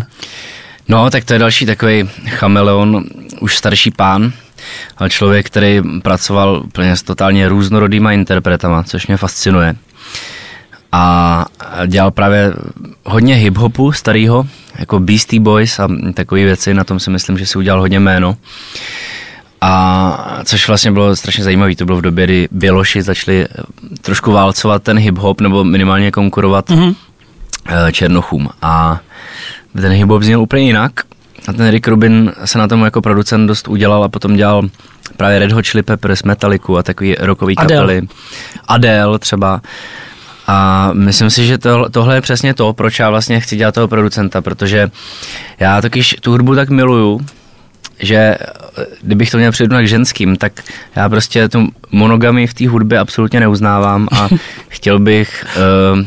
No, tak to je další takový chameleon, už starší pán, ale člověk, který pracoval úplně s totálně různorodýma interpretama, což mě fascinuje. A dělal právě hodně hip-hopu starýho, jako Beastie Boys a takové věci, na tom si myslím, že si udělal hodně jméno. A což vlastně bylo strašně zajímavé, to bylo v době, kdy Běloši začali trošku válcovat ten hip-hop, nebo minimálně konkurovat mm-hmm. černochům. A ten hip-hop zněl úplně jinak a ten Rick Rubin se na tom jako producent dost udělal a potom dělal právě Red Hot Chili Peppers, Metallicu a takový rockový kapely. Adele třeba. A myslím si, že to, tohle je přesně to, proč já vlastně chci dělat toho producenta, protože já totiž tu hudbu tak miluju, že kdybych to měl přirovnat k ženským, tak já prostě tu monogamii v té hudbě absolutně neuznávám a chtěl bych uh,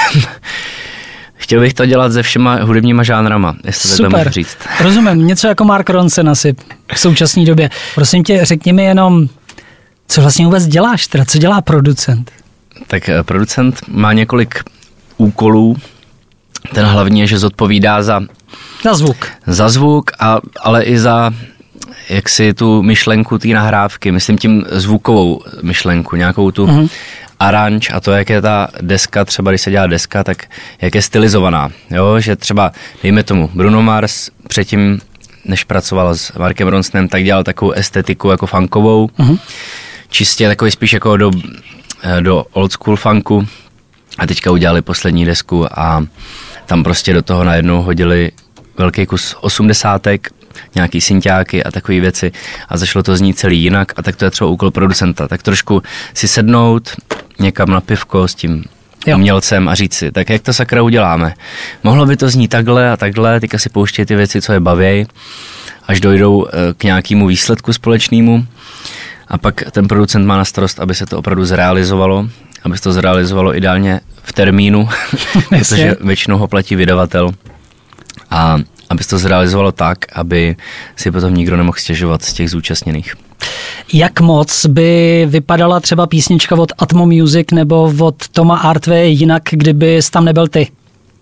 chtěl bych to dělat se všema hudebníma žánrama, jestli to můžu říct. Rozumím, něco jako Mark Ronson asi v současné době. Prosím tě, řekni mi jenom, co vlastně vůbec děláš, teda co dělá producent? Tak producent má několik úkolů. Ten hlavní je, že zodpovídá za Za zvuk. Za zvuk, a, ale i za jaksi tu myšlenku té nahrávky, myslím tím zvukovou myšlenku, nějakou tu uh-huh. aranž a to, jak je ta deska, třeba když se dělá deska, tak jak je stylizovaná. Jo? Že třeba, dejme tomu, Bruno Mars předtím, než pracoval s Markem Ronsonem, tak dělal takovou estetiku jako funkovou, uh-huh. čistě takový spíš jako do, do old school funku a teďka udělali poslední desku a tam prostě do toho najednou hodili velký kus osmdesátek, nějaký synťáky a takové věci a začalo to znít celý jinak a tak to je třeba úkol producenta. Tak trošku si sednout někam na pivko s tím jo. umělcem a říct si, tak jak to sakra uděláme. Mohlo by to znít takhle a takhle, teďka si pouštěj ty věci, co je bavěj, až dojdou k nějakému výsledku společnému a pak ten producent má na starost, aby se to opravdu zrealizovalo, aby se to zrealizovalo ideálně v termínu, protože většinou ho platí vydavatel. A aby se to zrealizovalo tak, aby si potom nikdo nemohl stěžovat z těch zúčastněných. Jak moc by vypadala třeba písnička od Atmo Music nebo od Toma Artway jinak, kdyby jsi tam nebyl ty?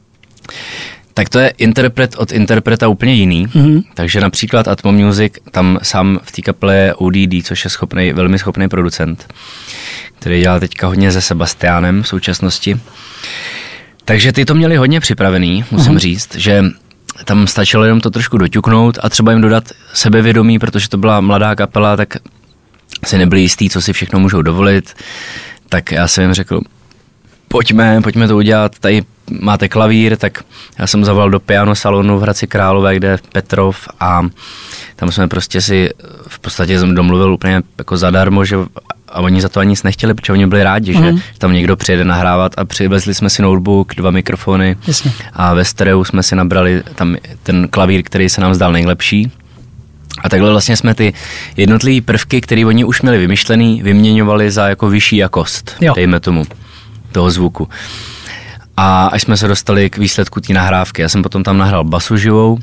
Tak to je interpret od interpreta úplně jiný. Mm-hmm. Takže například Atmo Music, tam sám v té kapele je O D D, což je schopný, velmi schopný producent, který dělá teďka hodně se Sebastiánem v současnosti. Takže ty to měli hodně připravený, musím uh-huh. říct, že tam stačilo jenom to trošku doťuknout a třeba jim dodat sebevědomí, protože to byla mladá kapela, tak si nebyli jistý, co si všechno můžou dovolit. Tak já jsem jim řekl, pojďme, pojďme to udělat, tady máte klavír, tak já jsem zavolal do piano salonu v Hradci Králové, kde je Petrov a tam jsme prostě si v podstatě jsem domluvil úplně jako zadarmo, že a oni za to ani nic nechtěli, protože oni byli rádi, mm. že tam někdo přijede nahrávat a přivezli jsme si notebook, dva mikrofony Jasně. a ve stereu jsme si nabrali tam ten klavír, který se nám zdal nejlepší. A takhle vlastně jsme ty jednotlivé prvky, které oni už měli vymyšlený, vyměňovali za jako vyšší jakost, jo. dejme tomu, toho zvuku. A až jsme se dostali k výsledku té nahrávky, já jsem potom tam nahrál basu živou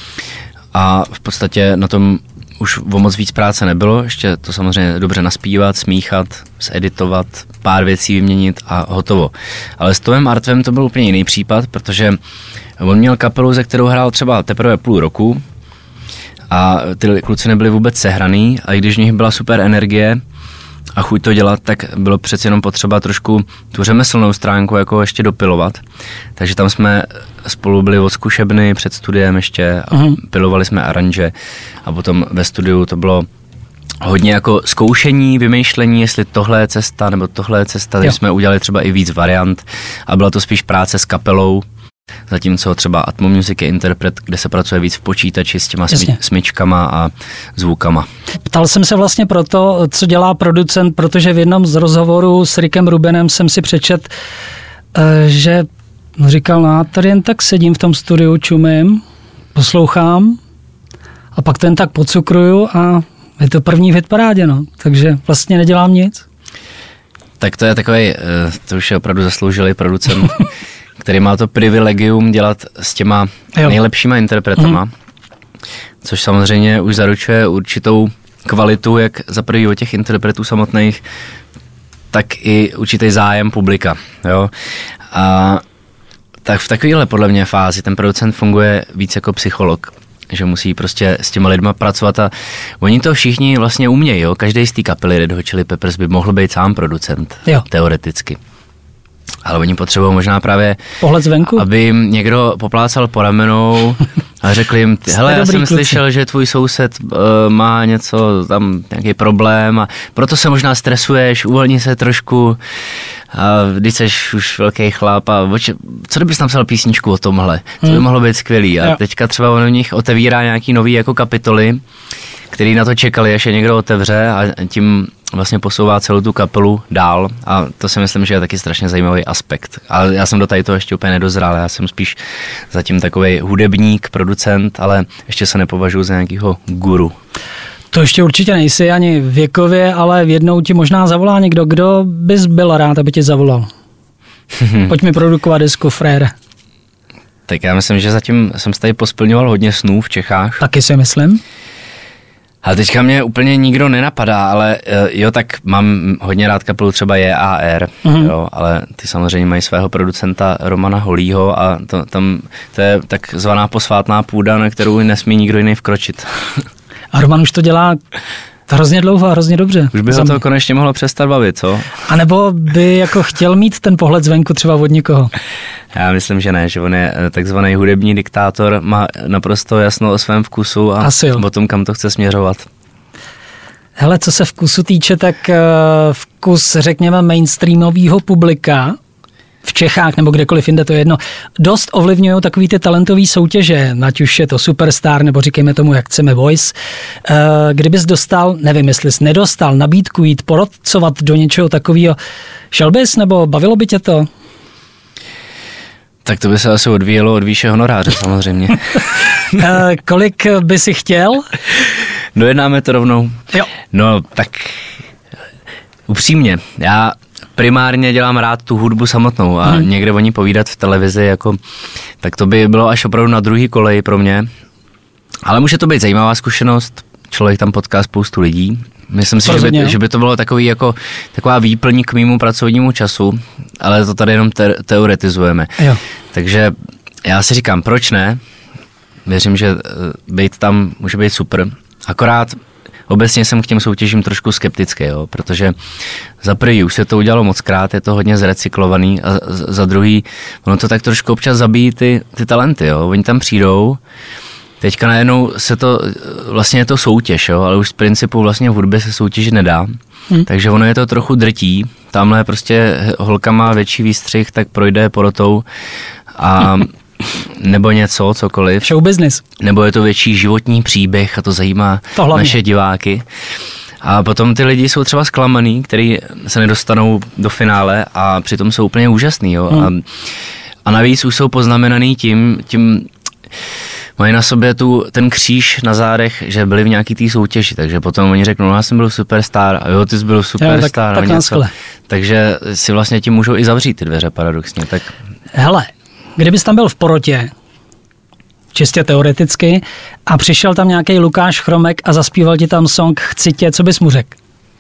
a v podstatě na tom už o moc víc práce nebylo, ještě to samozřejmě dobře naspívat, smíchat, zeditovat, pár věcí vyměnit a hotovo. Ale s Tomem Artvem to byl úplně jiný případ, protože on měl kapelu, ze kterou hrál třeba teprve půl roku a ty kluci nebyli vůbec sehraný a i když v nich byla super energie a chuť to dělat, tak bylo přeci jenom potřeba trošku tu řemeslnou stránku jako ještě dopilovat. Takže tam jsme spolu byli od zkušebny před studiem ještě a uh-huh. pilovali jsme aranže a potom ve studiu to bylo hodně jako zkoušení, vymýšlení, jestli tohle je cesta nebo tohle je cesta, takže jsme udělali třeba i víc variant a byla to spíš práce s kapelou, zatímco třeba Atmo Music je interpret, kde se pracuje víc v počítači s těma smy, smyčkama a zvukama. Ptal jsem se vlastně proto, co dělá producent, protože v jednom z rozhovorů s Rickem Rubinem jsem si přečet, že říkal, no tady jen tak sedím v tom studiu, čumím, poslouchám a pak to jen tak pocukruju a je to první v hitparádě, no. Takže vlastně nedělám nic. Tak to je takový, to už je opravdu zasloužilý producent, který má to privilegium dělat s těma jo. nejlepšíma interpretama, mm. což samozřejmě už zaručuje určitou kvalitu, jak za prvý od těch interpretů samotných, tak i určitý zájem publika. Jo? A tak v takovéhle podle mě fázi ten producent funguje víc jako psycholog, že musí prostě s těma lidma pracovat a oni to všichni vlastně umějí. Jo? Každý z té kapely Red Hot Chili Peppers by mohl být sám producent, jo. teoreticky. Ale oni potřebují možná právě, pohled zvenku, aby jim někdo poplácal po ramenou A řekli jim, hele, já jsem kluci. slyšel, že tvůj soused uh, má něco, tam nějaký problém a proto se možná stresuješ, uvolni se trošku a když jsi už velký chlap a oči, co kdybys napsal písničku o tomhle, to by hmm. mohlo být skvělý a jo. teďka třeba on v nich otevírá nějaký nový jako kapitoly, který na to čekali, až je někdo otevře a tím vlastně posouvá celou tu kapelu dál a to si myslím, že je taky strašně zajímavý aspekt. Ale já jsem do tady toho ještě úplně nedozrál, já jsem spíš zatím takovej hudebník, producent, ale ještě se nepovažuji za nějakýho guru. To ještě určitě nejsi ani věkově, ale jednou ti možná zavolá někdo, kdo bys byl rád, aby ti zavolal. Pojď mi produkovat disku, frére. Tak já myslím, že zatím jsem tady posplňoval hodně snů v Čechách. Taky si myslím. A teďka mě úplně nikdo nenapadá, ale jo, tak mám hodně rád kapelu třeba J A R, mm-hmm. jo, ale ty samozřejmě mají svého producenta Romana Holího a to, tam to je takzvaná posvátná půda, na kterou nesmí nikdo jiný vkročit. A Roman už to dělá hrozně dlouho a hrozně dobře. Už by ho to konečně mohlo přestat bavit, co? A nebo by jako chtěl mít ten pohled zvenku třeba od někoho? Já myslím, že ne, že on je takzvaný hudební diktátor, má naprosto jasno o svém vkusu a o tom, kam to chce směřovat. Hele, co se vkusu týče, tak vkus, řekněme, mainstreamového publika v Čechách nebo kdekoliv jinde, to je jedno, dost ovlivňují takový ty talentové soutěže, ať už je to Superstar, nebo říkejme tomu, jak chceme, Voice. Kdybys dostal, nevím, jestli jsi nedostal nabídku jít porodcovat do něčeho takového, šel bys, nebo bavilo by tě to? Tak to by se asi odvíjelo od výše honoráře, samozřejmě. Kolik by si chtěl? Dojednáme to rovnou. Jo. No, tak upřímně, já primárně dělám rád tu hudbu samotnou a hmm. někde o ní povídat v televizi, jako, tak to by bylo až opravdu na druhý kolej pro mě. Ale může to být zajímavá zkušenost, člověk tam potká spoustu lidí. Myslím si, že by, že by to bylo takový jako, taková výplň k mému pracovnímu času, ale to tady jenom te- teoretizujeme. Jo. Takže já si říkám, proč ne? Věřím, že být tam může být super. Akorát obecně jsem k těm soutěžím trošku skeptický, jo, protože za prvý už se to udělalo mockrát, je to hodně zrecyklovaný a za druhý, ono to tak trošku občas zabíjí ty, ty talenty, jo. Oni tam přijdou, teďka najednou se to, vlastně je to soutěž, jo, ale už z principu vlastně v hudbě se soutěžit nedá, hmm. takže ono je to trochu drtí, tamhle prostě holka má větší výstřih, tak projde porotou a nebo něco, cokoliv. Show business. Nebo je to větší životní příběh a to zajímá to naše diváky. A potom ty lidi jsou třeba zklamaný, který se nedostanou do finále a přitom jsou úplně úžasný. Jo? Hmm. A, a navíc už jsou poznamenaný tím, tím mají na sobě tu, ten kříž na zádech, že byli v nějaký té soutěži, takže potom oni řeknou, no já jsem byl Superstar a jo, ty jsi byl Superstar. Jo, tak, tak něco. Takže si vlastně tím můžou i zavřít ty dveře paradoxně. Tak... Hele, kdybys tam byl v porotě, čistě teoreticky, a přišel tam nějaký Lukáš Chromek a zaspíval ti tam song Chci tě, co bys mu řekl?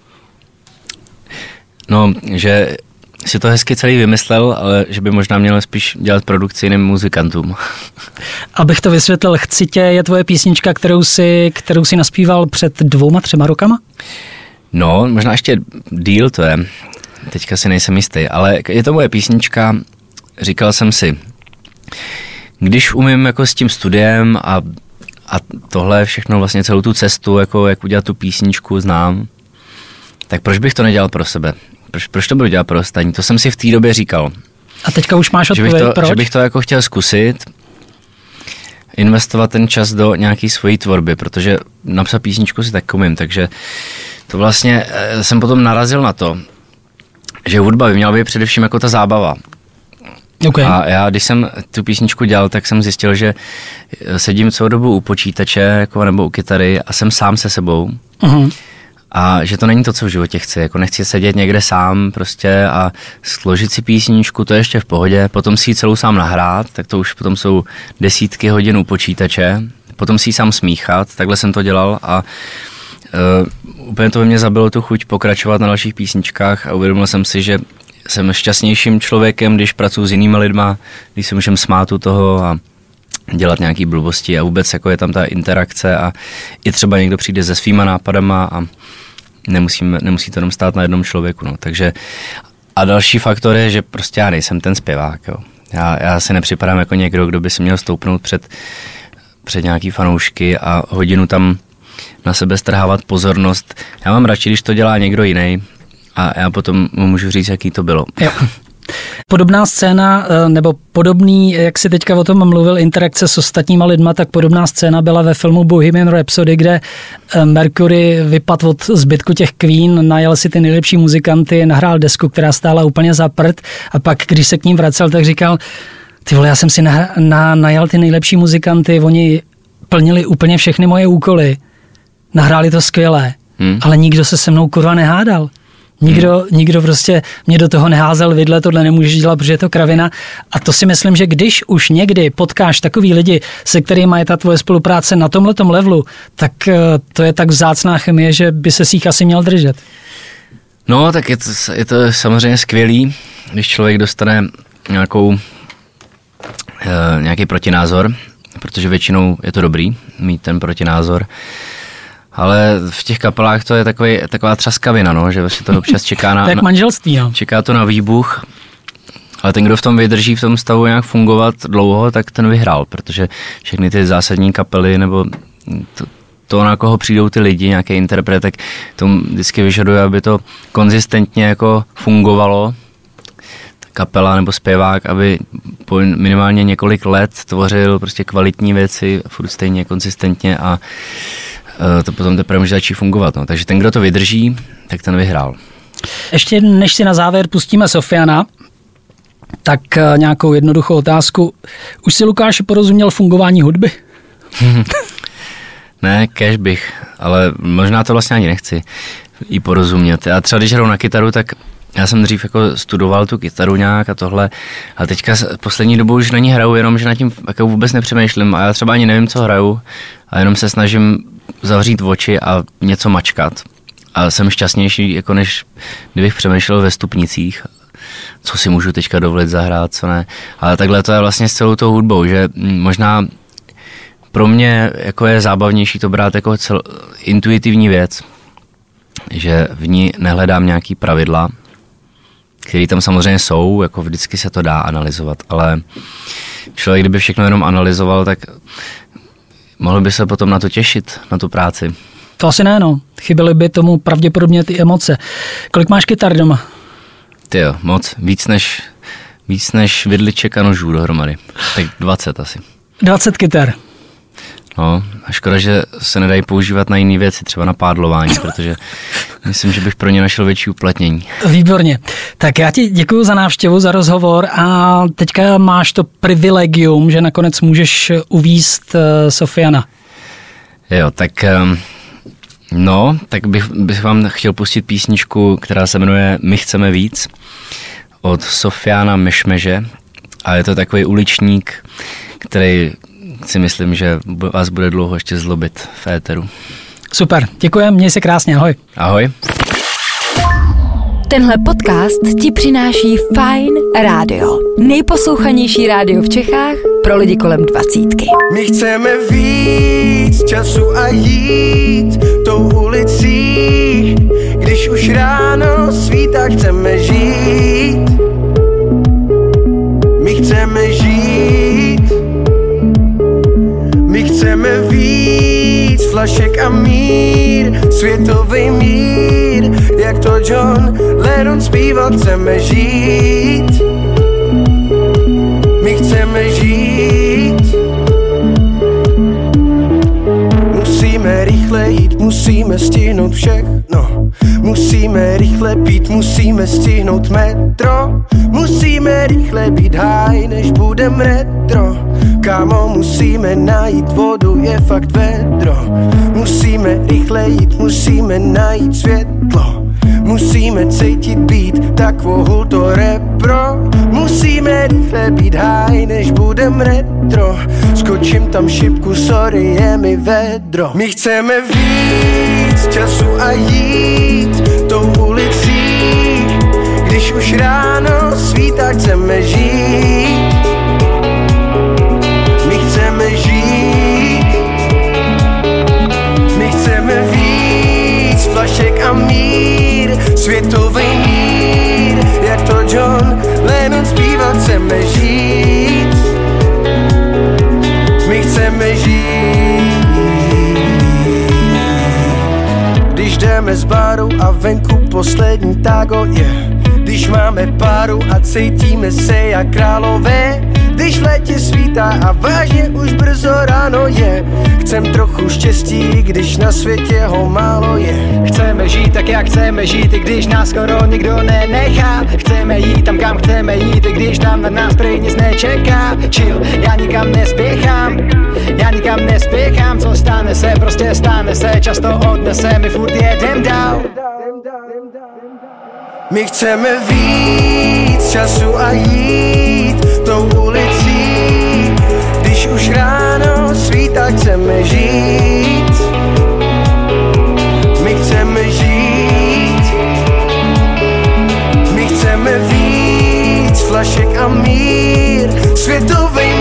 No, že si to hezky celý vymyslel, ale že by možná měl spíš dělat produkci jiným muzikantům. Abych to vysvětlil, Chci tě je tvoje písnička, kterou si, kterou si naspíval před dvouma, třema rokama? No, možná ještě díl to je, teďka si nejsem jistý, ale je to moje písnička, říkal jsem si, když umím jako s tím studiem a, a tohle všechno vlastně celou tu cestu, jako jak udělat tu písničku znám, tak proč bych to nedělal pro sebe? Proč, proč to budu dělat pro ostatní? To jsem si v té době říkal. A teďka už máš odpověď, že bych to, proč? Že bych to jako chtěl zkusit, investovat ten čas do nějaký svojí tvorby, protože napsat písničku si tak umím, takže to vlastně jsem potom narazil na to, že hudba by měla být především jako ta zábava. Okay. A já, když jsem tu písničku dělal, tak jsem zjistil, že sedím celou dobu u počítače jako, nebo u kytary a jsem sám se sebou. Uh-huh. A že to není to, co v životě chci. Jako nechci sedět někde sám prostě a složit si písničku, to je ještě v pohodě. Potom si ji celou sám nahrát, tak to už potom jsou desítky hodin u počítače. Potom si ji sám smíchat, takhle jsem to dělal a uh, úplně to ve mně zabilo tu chuť pokračovat na dalších písničkách a uvědomil jsem si, že jsem šťastnějším člověkem, když pracuji s jinýma lidma, když se můžem smát u toho a dělat nějaký blbosti a vůbec jako je tam ta interakce a i třeba někdo přijde se svýma nápadama a nemusím, nemusí to jenom stát na jednom člověku. No. Takže a další faktor je, že prostě já nejsem ten zpěvák. Jo. Já, já si nepřipadám jako někdo, kdo by si měl stoupnout před před nějaký fanoušky a hodinu tam na sebe strhávat pozornost. Já mám radši, když to dělá někdo jiný a já potom mu můžu říct, jaký to bylo. Jo. Podobná scéna, nebo podobný, jak si teďka o tom mluvil, interakce s ostatníma lidma, tak podobná scéna byla ve filmu Bohemian Rhapsody, kde Mercury vypadl od zbytku těch Queen, najel si ty nejlepší muzikanty, nahrál desku, která stála úplně za prd a pak, když se k ním vracel, tak říkal, ty vole, já jsem si na, na, najal ty nejlepší muzikanty, oni plnili úplně všechny moje úkoly, nahráli to skvěle, hmm. ale nikdo se se mnou kurva nehádal. Nikdo, hmm. nikdo prostě mě do toho neházel vidle, tohle nemůžeš dělat, protože je to kravina. A to si myslím, že když už někdy potkáš takový lidi, se kterými je ta tvoje spolupráce na tomhletom levelu, tak to je tak vzácná chemie, že by se jich asi měl držet. No, tak je to, je to samozřejmě skvělý, když člověk dostane nějakou, e, nějaký protinázor, protože většinou je to dobrý mít ten protinázor. Ale v těch kapelách to je takový, taková třaskavina, no, že vlastně to občas čeká na... tak manželství, no. Čeká to na výbuch, ale ten, kdo v tom vydrží v tom stavu nějak fungovat dlouho, tak ten vyhrál, protože všechny ty zásadní kapely, nebo to, to na koho přijdou ty lidi, nějaký interpret, tak to vždycky vyžaduje, aby to konzistentně jako fungovalo, kapela nebo zpěvák, aby po minimálně několik let tvořil prostě kvalitní věci, furt stejně konzistentně a to potom teprve může začít fungovat. No. Takže ten, kdo to vydrží, tak ten vyhrál. Ještě než si na závěr pustíme Sofiana, tak nějakou jednoduchou otázku. Už si, Lukáši, porozuměl fungování hudby? Ne, kéž bych, ale možná to vlastně ani nechci jí porozumět. Já třeba, když hraju na kytaru, tak já jsem dřív jako studoval tu kytaru nějak a tohle a teďka poslední dobou už na ní hraju, jenom že nad tím jako vůbec nepřemýšlím a já třeba ani nevím, co hraju a jenom se snažím zavřít oči a něco mačkat. A jsem šťastnější, jako než kdybych přemýšlel ve stupnicích, co si můžu teďka dovolit zahrát, co ne. Ale takhle to je vlastně s celou tou hudbou, že možná pro mě jako je zábavnější to brát jako cel, intuitivní věc, že v ní nehledám nějaký pravidla, které tam samozřejmě jsou, jako vždycky se to dá analyzovat, ale člověk, kdyby všechno jenom analyzoval, tak mohl by se potom na to těšit, na tu práci. To asi ne, no. Chyběly by tomu pravděpodobně ty emoce. Kolik máš kytar doma? Tyjo, moc. Víc než, víc než vidliček a nožů dohromady. Tak dvacet asi. dvacet kytar. No, a škoda, že se nedají používat na jiné věci, třeba na pádlování, protože myslím, že bych pro ně našel větší uplatnění. Výborně. Tak já ti děkuji za návštěvu, za rozhovor a teďka máš to privilegium, že nakonec můžeš uvízt uh, Sofiana. Jo, tak um, no, tak bych, bych vám chtěl pustit písničku, která se jmenuje My chceme víc od Sofiana Mešmeže a je to takový uličník, který si myslím, že vás bude dlouho ještě zlobit v éteru. Super, děkujem, měj se krásně, ahoj. Ahoj. Tenhle podcast ti přináší Fajn rádio. Nejposlouchanější rádio v Čechách pro lidi kolem dvacítky. My chceme víc času a jít tou ulicí, když už ráno svítá, chceme žít. My chceme žít. My chceme víc flašek a mír, světový mír, jak to John Lennon zpíval, chceme žít. My chceme žít. Musíme rychle jít, musíme stihnout všechno. Musíme rychle pít, musíme stihnout metro. Musíme rychle být high, než budem retro. Kámo, musíme najít vodu, je fakt vedro. Musíme rychle jít, musíme najít světlo. Musíme cítit být takovou to repro. Musíme rychle být high, než budem retro. Skočím tam šipku, sorry, je mi vedro. My chceme víc času a jít tou ulicí, když už ráno svítá, chceme žít. My chceme žít. My chceme víc flašek a mír, světový mír, jak to John Lennon zpíval, chceme žít. My chceme žít. Jdeme z baru a venku poslední tago, yeah. Když máme páru a cítíme se jak králové, když v létě svítá a vážně už brzo ráno je. Chcem trochu štěstí, když na světě ho málo je. Chceme žít tak, jak chceme žít, i když nás skoro nikdo nenechá. Chceme jít tam, kam chceme jít, i když tam na nás prej nic nečeká. Chill, já nikam nespěchám, já nikam nespěchám. Co stane se, prostě stane se, často odnese, my furt jedem dál. My chceme víc času a jít tou ulicí, když už ráno svítá, chceme žít. My chceme žít, my chceme víc flašek a mír, světový